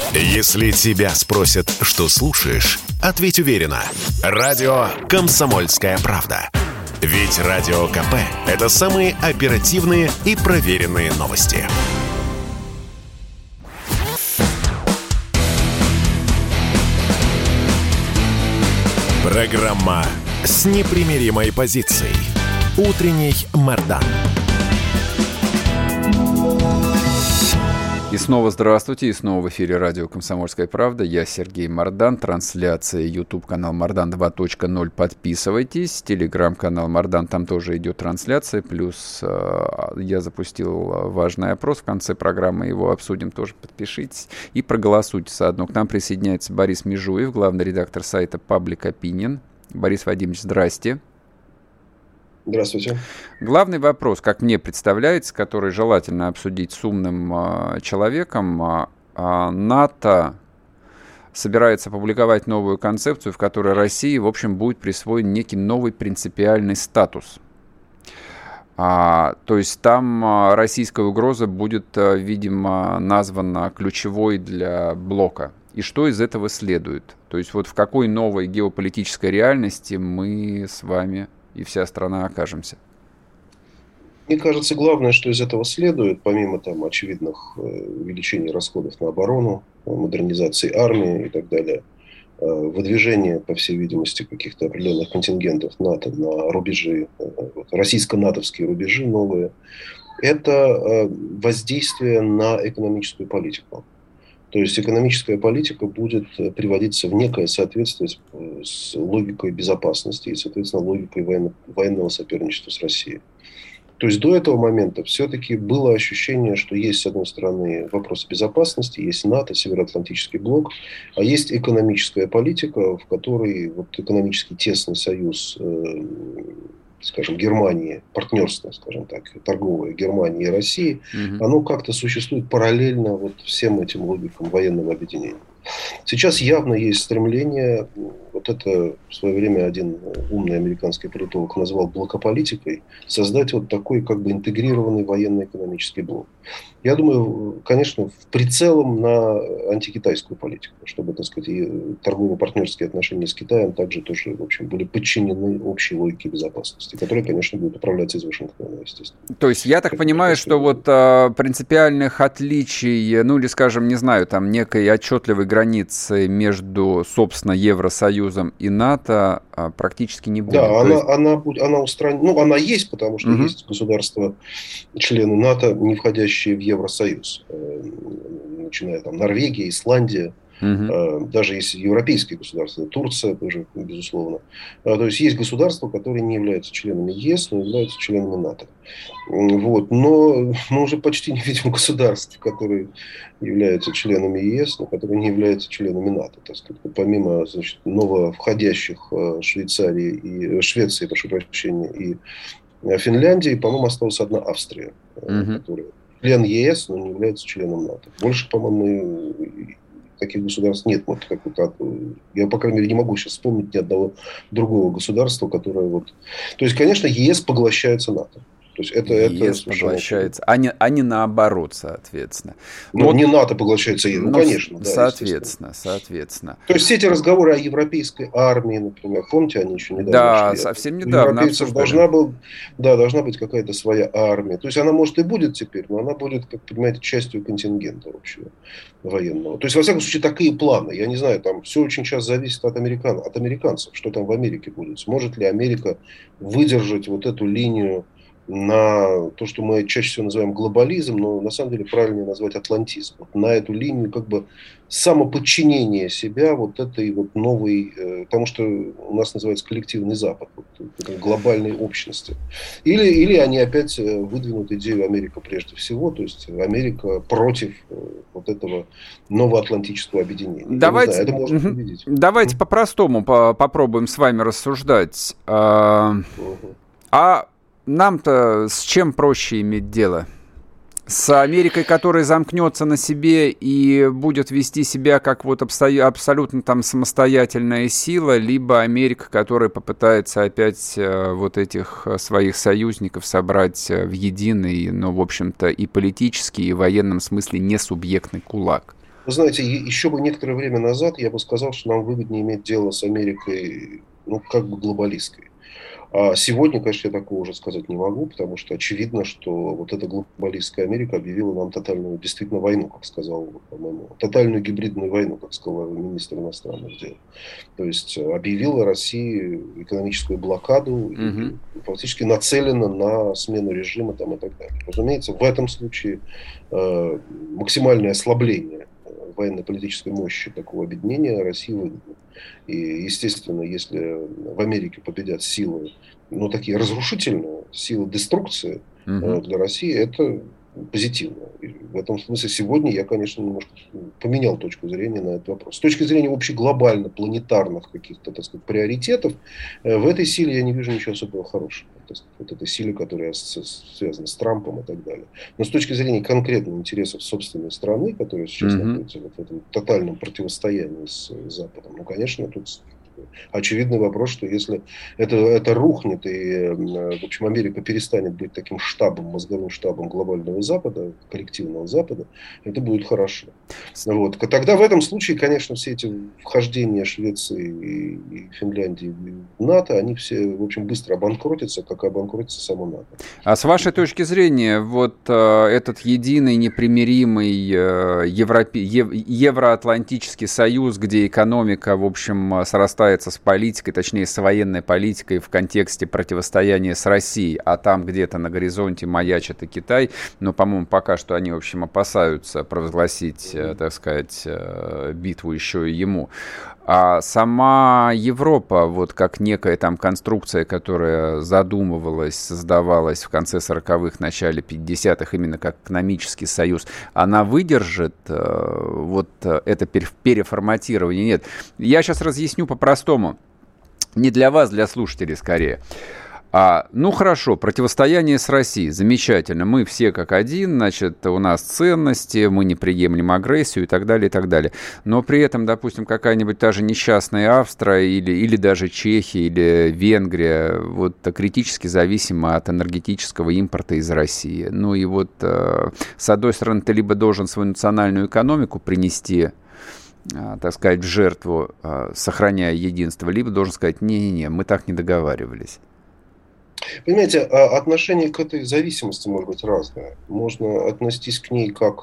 Если тебя спросят, что слушаешь, ответь уверенно. Радио «Комсомольская правда». Ведь Радио КП – это самые оперативные и проверенные новости. Программа с непримиримой позицией. Утренний Мардан. И снова здравствуйте, и снова в эфире радио «Комсомольская правда». Я Сергей Мардан, трансляция YouTube-канал Мардан 2.0. Подписывайтесь, телеграм-канал Мардан, там тоже идет трансляция. Плюс я запустил важный опрос, в конце программы его обсудим, тоже подпишитесь и проголосуйте заодно. К нам присоединяется Борис Межуев, главный редактор сайта Public Opinion. Борис Вадимович, здрасте. Здравствуйте. Главный вопрос, как мне представляется, который желательно обсудить с умным человеком, НАТО собирается опубликовать новую концепцию, в которой России, в общем, будет присвоен некий новый принципиальный статус. То есть там российская угроза будет, видимо, названа ключевой для блока. И что из этого следует? То есть вот в какой новой геополитической реальности мы с вами и вся страна окажемся? Мне кажется, главное, что из этого следует, помимо там очевидных увеличений расходов на оборону, модернизации армии и так далее, выдвижение, по всей видимости, каких-то определенных контингентов НАТО на рубежи, российско-натовские рубежи новые, это воздействие на экономическую политику. То есть экономическая политика будет приводиться в некое соответствие с логикой безопасности и, соответственно, логикой военного соперничества с Россией. То есть до этого момента все-таки было ощущение, что есть, с одной стороны, вопросы безопасности, есть НАТО, Североатлантический блок, а есть экономическая политика, в которой вот экономический тесный союз, скажем, Германии, партнерство, скажем так, торговое Германии и России, оно как-то существует параллельно вот всем этим логикам военного объединения. Сейчас явно есть стремление, вот это в свое время один умный американский политолог назвал блокополитикой, создать вот такой как бы интегрированный военно-экономический блок. Я думаю, конечно, в прицелом на антикитайскую политику, чтобы, так сказать, и торгово-партнерские отношения с Китаем также тоже, в общем, были подчинены общей логике безопасности, которая, конечно, будет управляться из Вашингтона, естественно. То есть я так понимаю, что вот принципиальных отличий, ну или, скажем, не знаю, там некой отчетливой границы между, собственно, Евросоюзом и НАТО практически не будет. Да, она устранена. Ну, она есть, потому что есть государства, члены НАТО, не входящие в Евросоюз. Начиная там Норвегия, Исландия. Даже есть европейские государства, Турция тоже, безусловно. То есть есть государства, которые не являются членами ЕС, но являются членами НАТО. Вот. Но мы уже почти не видим государств, которые являются членами ЕС, но которые не являются членами НАТО. Так сказать. Помимо, значит, нововходящих Швеции, прошу прощения, и Финляндии, по-моему, осталась одна Австрия, которая член ЕС, но не является членом НАТО. Больше, по-моему, таких государств нет. Вот, я, по крайней мере, не могу сейчас вспомнить ни одного другого государства, которое вот... То есть, конечно, ЕС поглощается НАТО. То есть ЕС поглощается, а не наоборот, соответственно. Ну, вот, не НАТО поглощается ЕС, конечно. Да, соответственно. То есть, все эти разговоры о европейской армии, например, помните, они еще недавно шли? Совсем недавно обсуждали. Должна быть какая-то своя армия. То есть, она, может, и будет теперь, но она будет, как понимаете, частью контингента общего военного. То есть, во всяком случае, такие планы. Я не знаю, там все очень сейчас зависит от американцев, что там в Америке будет. Сможет ли Америка выдержать вот эту линию на то, что мы чаще всего называем глобализм, но на самом деле правильнее назвать атлантизм. Вот на эту линию как бы самоподчинение себя вот этой вот новой, потому что у нас называется коллективный Запад, вот, глобальной общности. Или они опять выдвинут идею Америка прежде всего, то есть Америка против вот этого новоатлантического объединения. Это можно победить. Давайте по-простому попробуем с вами рассуждать. Нам-то с чем проще иметь дело? С Америкой, которая замкнется на себе и будет вести себя как вот абсолютно там самостоятельная сила, либо Америка, которая попытается опять вот этих своих союзников собрать в единый, но, в общем-то, и политический, и в военном смысле несубъектный кулак? Вы знаете, еще бы некоторое время назад я бы сказал, что нам выгоднее иметь дело с Америкой, ну, как бы глобалистской. А сегодня, конечно, я такого уже сказать не могу, потому что очевидно, что вот эта глобалистская Америка объявила нам тотальную, действительно, войну, как сказал, по-моему, тотальную гибридную войну, как сказал министр иностранных дел. То есть объявила России экономическую блокаду и фактически нацелена на смену режима там, и так далее. Разумеется, в этом случае максимальное ослабление военно-политической мощи такого объединения России выгодно. И, естественно, если в Америке победят силы, ну, такие разрушительные, силы деструкции для России, это позитивно. И в этом смысле сегодня я, конечно, немножко поменял точку зрения на этот вопрос. С точки зрения общеглобально планетарных каких-то, так сказать, приоритетов, в этой силе я не вижу ничего особого хорошего. Так сказать, вот этой силе, которая связана с Трампом и так далее. Но с точки зрения конкретных интересов собственной страны, которая сейчас находится вот в этом тотальном противостоянии с Западом, ну, конечно, тут очевидный вопрос, что если это рухнет, и, в общем, Америка перестанет быть таким штабом, мозговым штабом глобального Запада, коллективного Запада, это будет хорошо. Вот. Тогда в этом случае, конечно, все эти вхождения Швеции и Финляндии в НАТО, они все, в общем, быстро обанкротятся, как обанкротится само НАТО. А с вашей точки зрения, вот этот единый, непримиримый Евроатлантический союз, где экономика, в общем, срастается с политикой, точнее, с военной политикой в контексте противостояния с Россией, а там где-то на горизонте маячит и Китай, но, по-моему, пока что они, в общем, опасаются провозгласить, так сказать, битву еще и ему. А сама Европа, вот как некая там конструкция, которая задумывалась, создавалась в конце 40-х, начале 50-х, именно как экономический союз, она выдержит вот это переформатирование? Нет. Я сейчас разъясню по-простому. Не для вас, для слушателей скорее. Ну хорошо, противостояние с Россией, замечательно, мы все как один, значит, у нас ценности, мы не приемлем агрессию и так далее, и так далее. Но при этом, допустим, какая-нибудь та же несчастная Австрия или даже Чехия или Венгрия вот критически зависима от энергетического импорта из России. Ну и вот, с одной стороны, ты либо должен свою национальную экономику принести, так сказать, в жертву, сохраняя единство, либо должен сказать, не-не-не, мы так не договаривались. Понимаете, отношение к этой зависимости может быть разное. Можно отнестись к ней как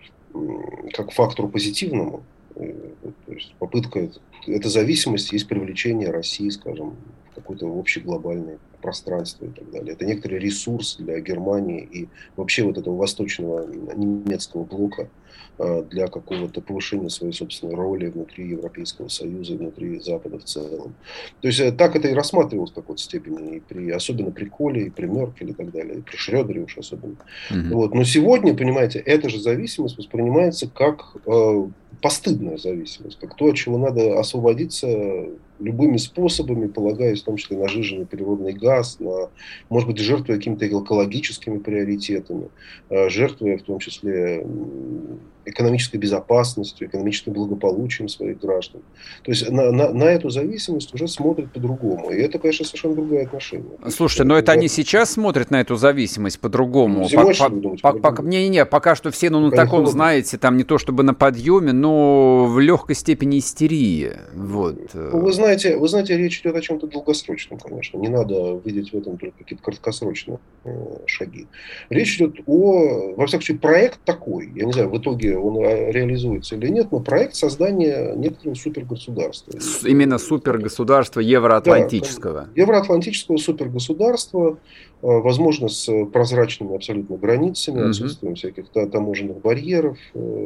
к фактору позитивному. То есть попытка, эта зависимость есть привлечение России, скажем, в какое-то общеглобальное пространство и так далее. Это некоторый ресурс для Германии и вообще вот этого восточного немецкого блока для какого-то повышения своей собственной роли внутри Европейского Союза, внутри Запада в целом. То есть так это и рассматривалось в какой-то степени, особенно при Коле, и при Меркеле и так далее, и при Шрёдере уж особенно. Вот. Но сегодня, понимаете, эта же зависимость воспринимается как постыдная зависимость, как то, от чего надо освободиться любыми способами, полагаясь в том числе на сжиженный природный газ, на, может быть, жертвуя какими-то экологическими приоритетами, жертвуя в том числе экономической безопасностью, экономическим благополучием своих граждан. То есть на эту зависимость уже смотрят по-другому. И это, конечно, совершенно другое отношение. Слушайте, но это они сейчас смотрят на эту зависимость по-другому? Не-не-не, пока что все на таком, знаете, там не то чтобы на подъеме, но в легкой степени истерии. Вот. Вы знаете, речь идет о чем-то долгосрочном, конечно. Не надо видеть в этом только какие-то краткосрочные шаги. Речь идет во всяком случае, проект такой. Я не знаю, в итоге он реализуется или нет, но проект создания некоторого супергосударства. Именно супергосударства евроатлантического. Да, евроатлантического супергосударства, возможно, с прозрачными абсолютно границами, отсутствием всяких таможенных барьеров,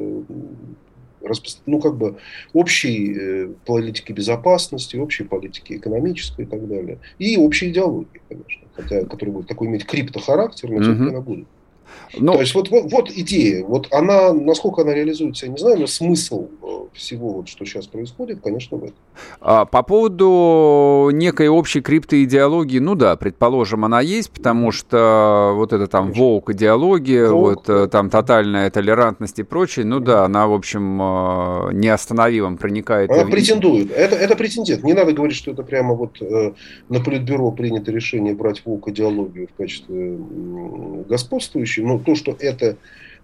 общей политики безопасности, общей политики экономической и так далее. И общей идеологии, конечно, которая будет такой иметь криптохарактер, но все-таки она будет. То есть вот идея, вот она, насколько она реализуется, я не знаю, но смысл всего, что сейчас происходит, конечно, в этом. По поводу некой общей криптоидеологии, ну да, предположим, она есть, потому что вот это там воук-идеология, там тотальная толерантность и прочее, ну да, она, в общем, неостановимо проникает. Она претендует, это претендент. Не надо говорить, что это прямо вот на Политбюро принято решение брать воук-идеологию в качестве господствующей, но то, что это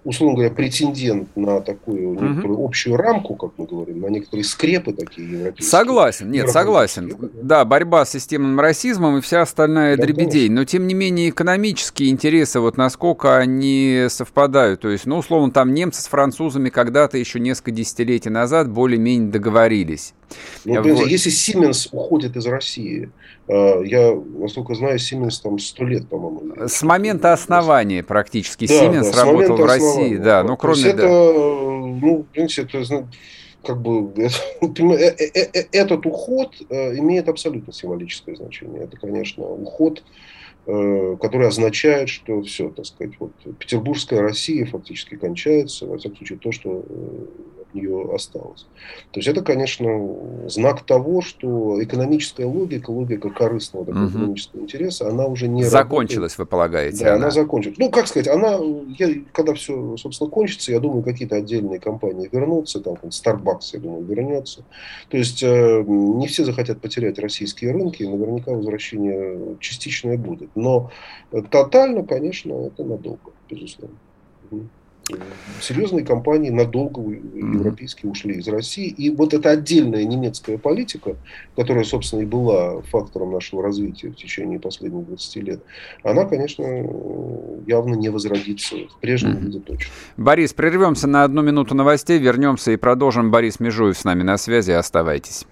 условно говоря, претендент на такую некоторую общую рамку, как мы говорим, на некоторые скрепы такие европейские. Согласен, нет, согласен. Да, борьба с системным расизмом и вся остальная дребедень, но тем не менее экономические интересы, вот насколько они совпадают, то есть, ну, условно, там немцы с французами когда-то еще несколько десятилетий назад более-менее договорились. Ну, вот. Если Siemens уходит из России, я, насколько знаю, Siemens там 100 лет, по-моему. С момента основания практически Siemens работал в России, да, ну, кроме... Это, ну, в принципе, это, как бы, этот уход имеет абсолютно символическое значение. Это, конечно, уход, который означает, что все, так сказать, вот, петербургская Россия фактически кончается, во всяком случае, то, что от нее осталось. То есть это, конечно, знак того, что экономическая логика корыстного такого экономического интереса, она уже не закончилась, работает. Вы полагаете? Да, она закончилась. Ну, как сказать, когда все, собственно, кончится, я думаю, какие-то отдельные компании вернутся, там, Starbucks, я думаю, вернется. То есть не все захотят потерять российские рынки, и наверняка возвращение частичное будет. Но тотально, конечно, это надолго, безусловно. Серьезные компании надолго европейские ушли из России. И вот эта отдельная немецкая политика, которая, собственно, и была фактором нашего развития в течение последних 20 лет, она, конечно, явно не возродится в прежнем виде точно. Борис, прервемся на 1 минуту новостей, вернемся и продолжим. Борис Межуев с нами на связи. Оставайтесь.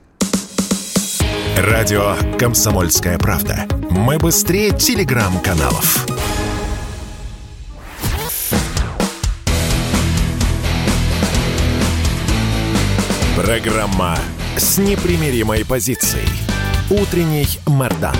Радио «Комсомольская правда». Мы быстрее телеграм-каналов. Программа с непримиримой позицией. Утренний Мордан.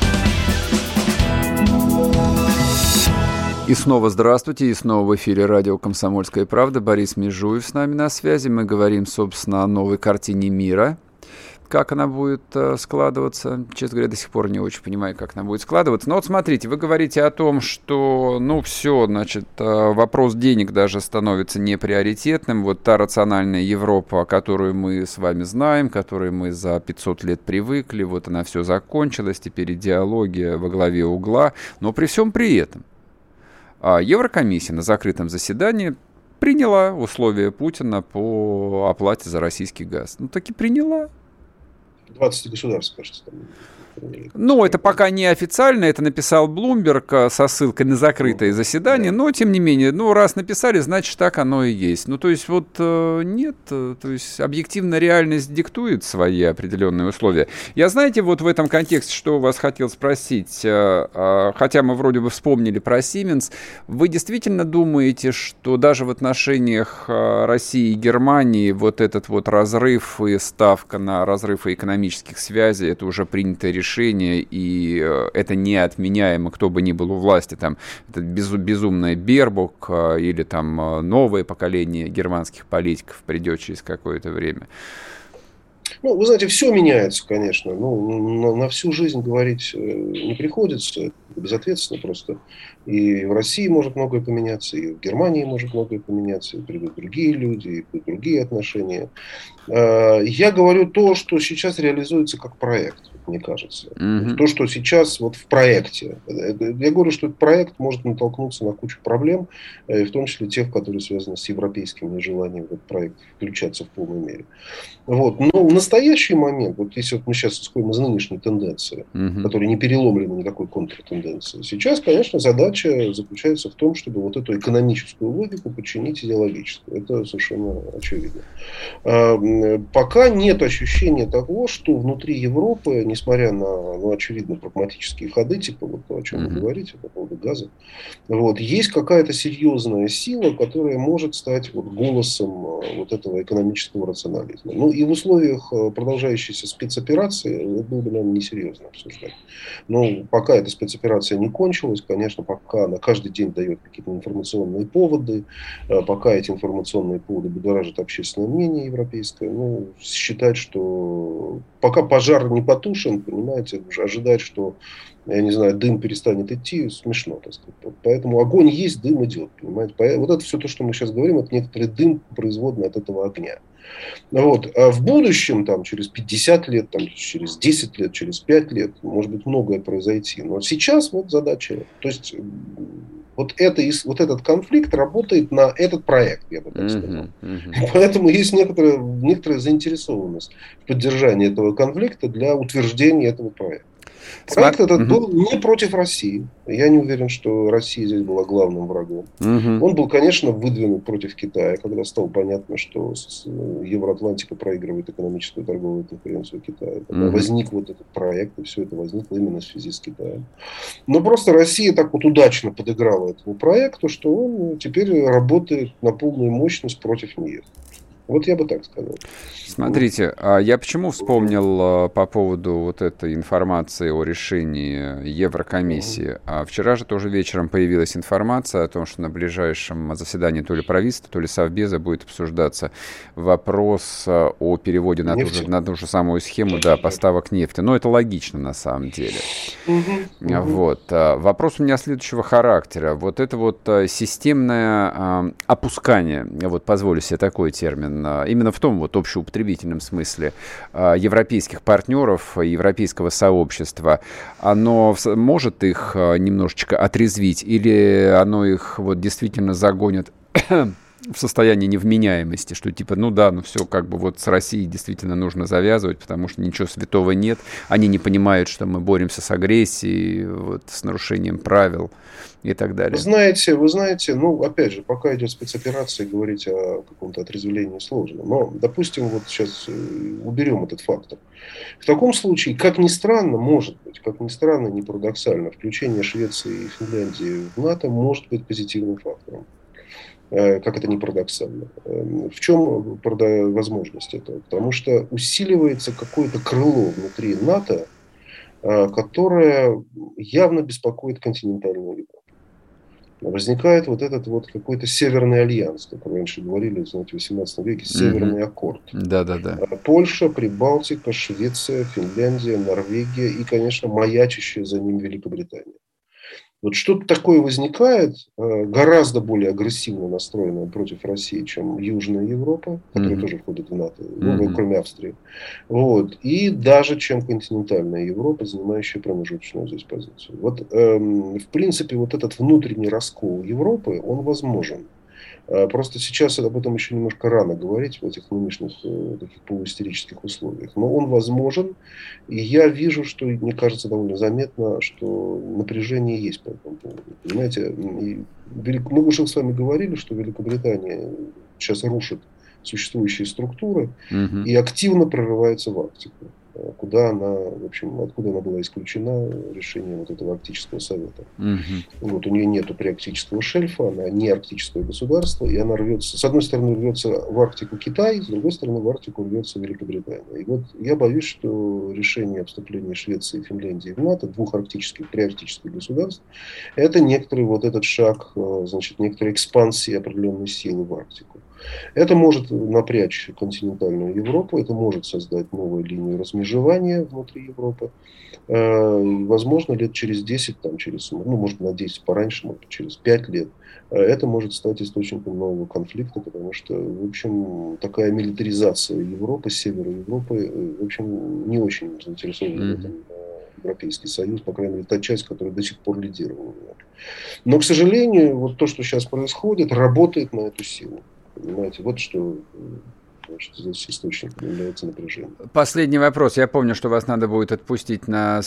И снова здравствуйте, и снова в эфире радио «Комсомольская правда». Борис Межуев с нами на связи. Мы говорим, собственно, о новой картине мира. Как она будет складываться. Честно говоря, до сих пор не очень понимаю, как она будет складываться. Но вот смотрите, вы говорите о том, что, ну, все, значит, вопрос денег даже становится неприоритетным. Вот та рациональная Европа, которую мы с вами знаем, к которой мы за 500 лет привыкли, вот она все закончилась, теперь идеология во главе угла. Но при всем при этом Еврокомиссия на закрытом заседании приняла условия Путина по оплате за российский газ. Ну, таки приняла. 20 государств, кажется, там. Ну, это пока не официально, это написал Блумберг со ссылкой на закрытое заседание, но, тем не менее, ну, раз написали, значит, так оно и есть. Ну, то есть, вот нет, то есть, объективная реальность диктует свои определенные условия. Я, знаете, вот в этом контексте, что у вас хотел спросить, хотя мы вроде бы вспомнили про Siemens, вы действительно думаете, что даже в отношениях России и Германии вот этот вот разрыв и ставка на разрыв экономических связей, это уже принятое решение, и это неотменяемо, кто бы ни был у власти, там, это безумная Бербок или там новое поколение германских политиков придет через какое-то время? Ну, вы знаете, все меняется, конечно. Ну, на всю жизнь говорить не приходится. Это безответственно просто. И в России может многое поменяться, и в Германии может многое поменяться, и придут другие люди, и будут другие отношения. Я говорю то, что сейчас реализуется как проект, мне кажется. То, что сейчас вот в проекте. Я говорю, что этот проект может натолкнуться на кучу проблем, в том числе тех, которые связаны с европейским нежеланием в этот проект включаться в полной мере. Вот. Но в настоящий момент, вот если вот мы сейчас исходим из нынешней тенденции, которая не переломлена никакой контртенденцией, сейчас, конечно, задача заключается в том, чтобы вот эту экономическую логику подчинить идеологическую. Это совершенно очевидно. Пока нет ощущения того, что внутри Европы, несмотря на, очевидно, прагматические ходы, типа вот то, о чем вы говорите, по поводу газа, вот, есть какая-то серьезная сила, которая может стать вот голосом вот этого экономического рационализма. Ну и в условиях продолжающейся спецоперации это было бы, наверное, несерьезно обсуждать. Но пока эта спецоперация не кончилась, конечно, пока она каждый день дает какие-то информационные поводы, пока эти информационные поводы будоражат общественное мнение европейское, ну, считать, что пока пожар не потушен, понимаете, уже ожидать, что, я не знаю, дым перестанет идти, смешно, так сказать. Поэтому огонь есть, дым идет, понимаете. Вот это все то, что мы сейчас говорим, это некоторый дым, производный от этого огня. Вот. А в будущем, там, через 50 лет, там, через 10 лет, через 5 лет, может быть, многое произойти. Но сейчас вот задача. То есть Вот этот конфликт работает на этот проект, я бы так сказал. Поэтому есть некоторая заинтересованность в поддержании этого конфликта для утверждения этого проекта. Проект этот был не против России. Я не уверен, что Россия здесь была главным врагом. Он был, конечно, выдвинут против Китая, когда стало понятно, что Евроатлантика проигрывает экономическую и торговую конкуренцию Китая. Когда возник вот этот проект, и все это возникло именно в связи с Китаем. Но просто Россия так вот удачно подыграла этому проекту, что он теперь работает на полную мощность против нее. Вот я бы так сказал. Смотрите, я почему вспомнил по поводу вот этой информации о решении Еврокомиссии. Вчера же тоже вечером появилась информация о том, что на ближайшем заседании то ли правительства, то ли Совбеза будет обсуждаться вопрос о переводе на ту же самую схему поставок нефти. Но это логично на самом деле. Вот. Вопрос у меня следующего характера. Вот это вот системное опускание, вот позволю себе такой термин, именно в том вот общеупотребительном смысле европейских партнеров, европейского сообщества, оно может их немножечко отрезвить или оно их вот действительно загонит в состоянии невменяемости, что типа, все, как бы вот с Россией действительно нужно завязывать, потому что ничего святого нет, они не понимают, что мы боремся с агрессией, вот, с нарушением правил и так далее. Вы знаете, опять же, пока идет спецоперация, говорить о каком-то отрезвлении сложно. Но, допустим, вот сейчас уберем этот фактор. В таком случае, как ни странно, может быть, как ни странно, не парадоксально, включение Швеции и Финляндии в НАТО может быть позитивным фактором. Как это ни парадоксально. В чем возможность этого? Потому что усиливается какое-то крыло внутри НАТО, которое явно беспокоит континентальную Европу. Возникает вот этот вот какой-то Северный альянс, как раньше говорили, знаете, в 18 веке, Северный аккорд. Польша, Прибалтика, Швеция, Финляндия, Норвегия и, конечно, маячащая за ним Великобритания. Вот что-то такое возникает, гораздо более агрессивно настроенное против России, чем Южная Европа, которая тоже входит в НАТО, кроме Австрии. Вот. И даже чем континентальная Европа, занимающая промежуточную здесь позицию. Вот, в принципе, вот этот внутренний раскол Европы, он возможен. Просто сейчас об этом еще немножко рано говорить в этих нынешних таких полуистерических условиях. Но он возможен. И я вижу, что, мне кажется, довольно заметно, что напряжение есть по этому поводу. Понимаете, мы уже с вами говорили, что Великобритания сейчас рушит существующие структуры и активно прорывается в Арктику, откуда она была исключена решением вот этого Арктического совета. Вот, у нее нету приарктического шельфа, она не арктическое государство, и она рвется, с одной стороны рвется в Арктику Китай, с другой стороны в Арктику рвется Великобритания. И вот я боюсь, что решение о вступлении Швеции и Финляндии в НАТО, двух приарктических государств, это некоторый вот этот шаг, некоторая экспансия определенной силы в Арктику. Это может напрячь континентальную Европу, это может создать новую линию размежевания внутри Европы. Возможно, лет через 10, может на 10 пораньше, может через 5 лет, это может стать источником нового конфликта, потому что, в общем, такая милитаризация Европы, севера Европы, в общем, не очень заинтересована в этом Европейский Союз, по крайней мере, та часть, которая до сих пор лидировала. Но, к сожалению, вот то, что сейчас происходит, работает на эту силу. Понимаете, вот что здесь источником является напряжение. Последний вопрос. Я помню, что вас надо будет отпустить на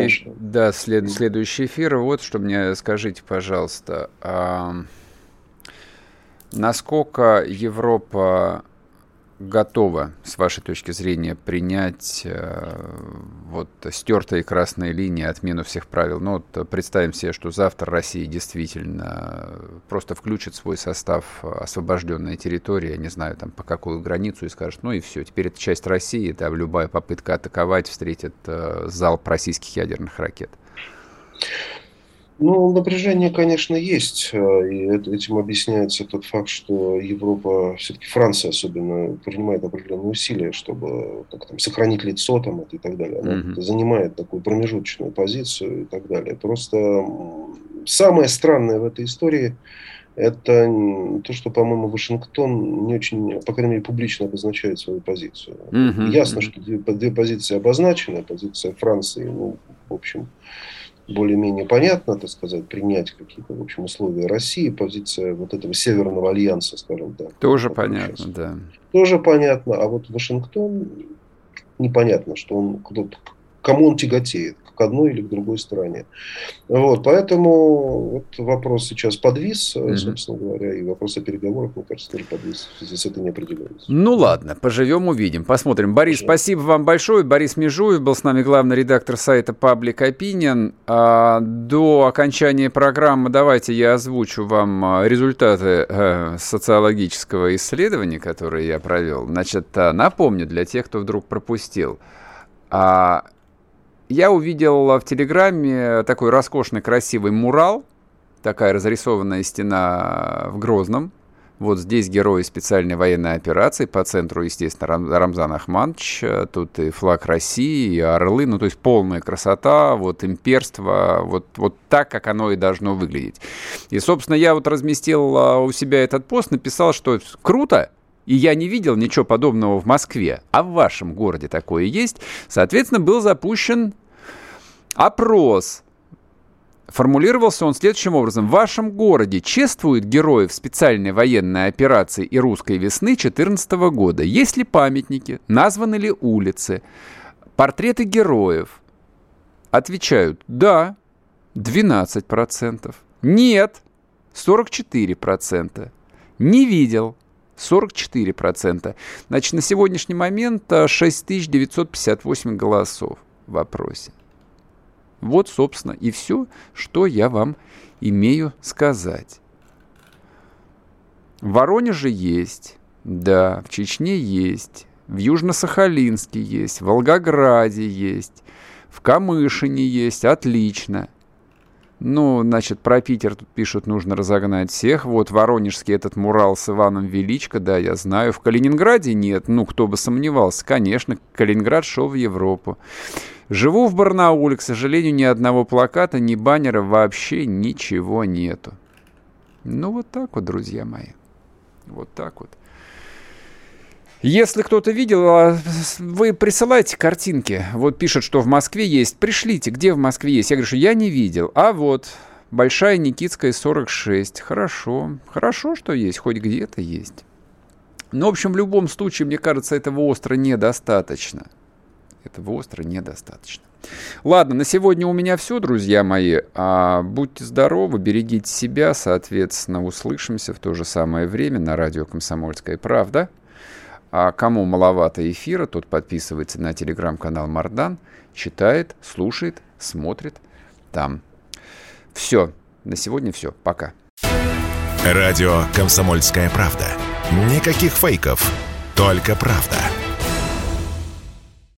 следующий эфир. Вот что мне скажите, пожалуйста, насколько Европа готова, с вашей точки зрения, принять стертые красные линии, отмену всех правил? Представим себе, что завтра Россия действительно просто включит в свой состав освобожденные территории, я не знаю, по какую границу, и скажет, и все, теперь это часть России, любая попытка атаковать встретит залп российских ядерных ракет. Напряжение, конечно, есть. И этим объясняется тот факт, что Европа, все-таки Франция особенно, принимает определенные усилия, чтобы сохранить лицо и так далее. Она занимает такую промежуточную позицию и так далее. Просто самое странное в этой истории это то, что, по-моему, Вашингтон не очень, по крайней мере, публично обозначает свою позицию. Ясно, что две позиции обозначены. Позиция Франции, в общем, более-менее понятна, так сказать, принять какие-то, в общем, условия России, позиция вот этого Северного альянса, скажем так. Тоже понятно, да. Тоже понятно, а вот Вашингтон непонятно, что он, кому он тяготеет, к одной или к другой стороне. Вот, поэтому вот вопрос сейчас подвис, собственно говоря, и вопрос о переговорах, мне кажется, тоже подвис в связи с этой неопределенностью. Ну ладно, поживем, увидим, посмотрим. Борис, спасибо вам большое. Борис Межуев был с нами, главный редактор сайта Public Opinion. До окончания программы давайте я озвучу вам результаты социологического исследования, которое я провел. Значит, напомню для тех, кто вдруг пропустил. Я увидел в Телеграме такой роскошный, красивый мурал, такая разрисованная стена в Грозном. Вот здесь герои специальной военной операции, по центру, естественно, Рамзан Ахматович, тут и флаг России, и орлы, ну, то есть полная красота, вот имперство, вот так, как оно и должно выглядеть. И, собственно, я вот разместил у себя этот пост, написал, что круто, и я не видел ничего подобного в Москве, а в вашем городе такое есть. Соответственно, был запущен опрос. Формулировался он следующим образом. В вашем городе чествуют героев специальной военной операции и русской весны 2014 года? Есть ли памятники? Названы ли улицы? Портреты героев? Отвечают да, 12%. Нет, 44%. Не видел. 44%. Значит, на сегодняшний момент 6958 голосов в вопросе. Вот, собственно, и все, что я вам имею сказать. В Воронеже есть, да, в Чечне есть, в Южно-Сахалинске есть, в Волгограде есть, в Камышине есть, отлично. Ну, значит, про Питер тут пишут, нужно разогнать всех. Вот воронежский этот мурал с Иваном Величко, да, я знаю. В Калининграде нет, ну, кто бы сомневался. Конечно, Калининград шел в Европу. Живу в Барнауле, к сожалению, ни одного плаката, ни баннера, вообще ничего нету. Ну, вот так вот, друзья мои. Вот так вот. Если кто-то видел, вы присылайте картинки. Вот пишут, что в Москве есть. Пришлите, где в Москве есть. Я говорю, что я не видел. А вот, Большая Никитская, 46. Хорошо. Хорошо, что есть. Хоть где-то есть. Но, в общем, в любом случае, мне кажется, этого остро недостаточно. Этого остро недостаточно. Ладно, на сегодня у меня все, друзья мои. Будьте здоровы, берегите себя. Соответственно, услышимся в то же самое время на радио «Комсомольская правда». А кому маловато эфира, тот подписывается на телеграм-канал Мардан, читает, слушает, смотрит там. Все. На сегодня все. Пока. Радио «Комсомольская правда». Никаких фейков, только правда.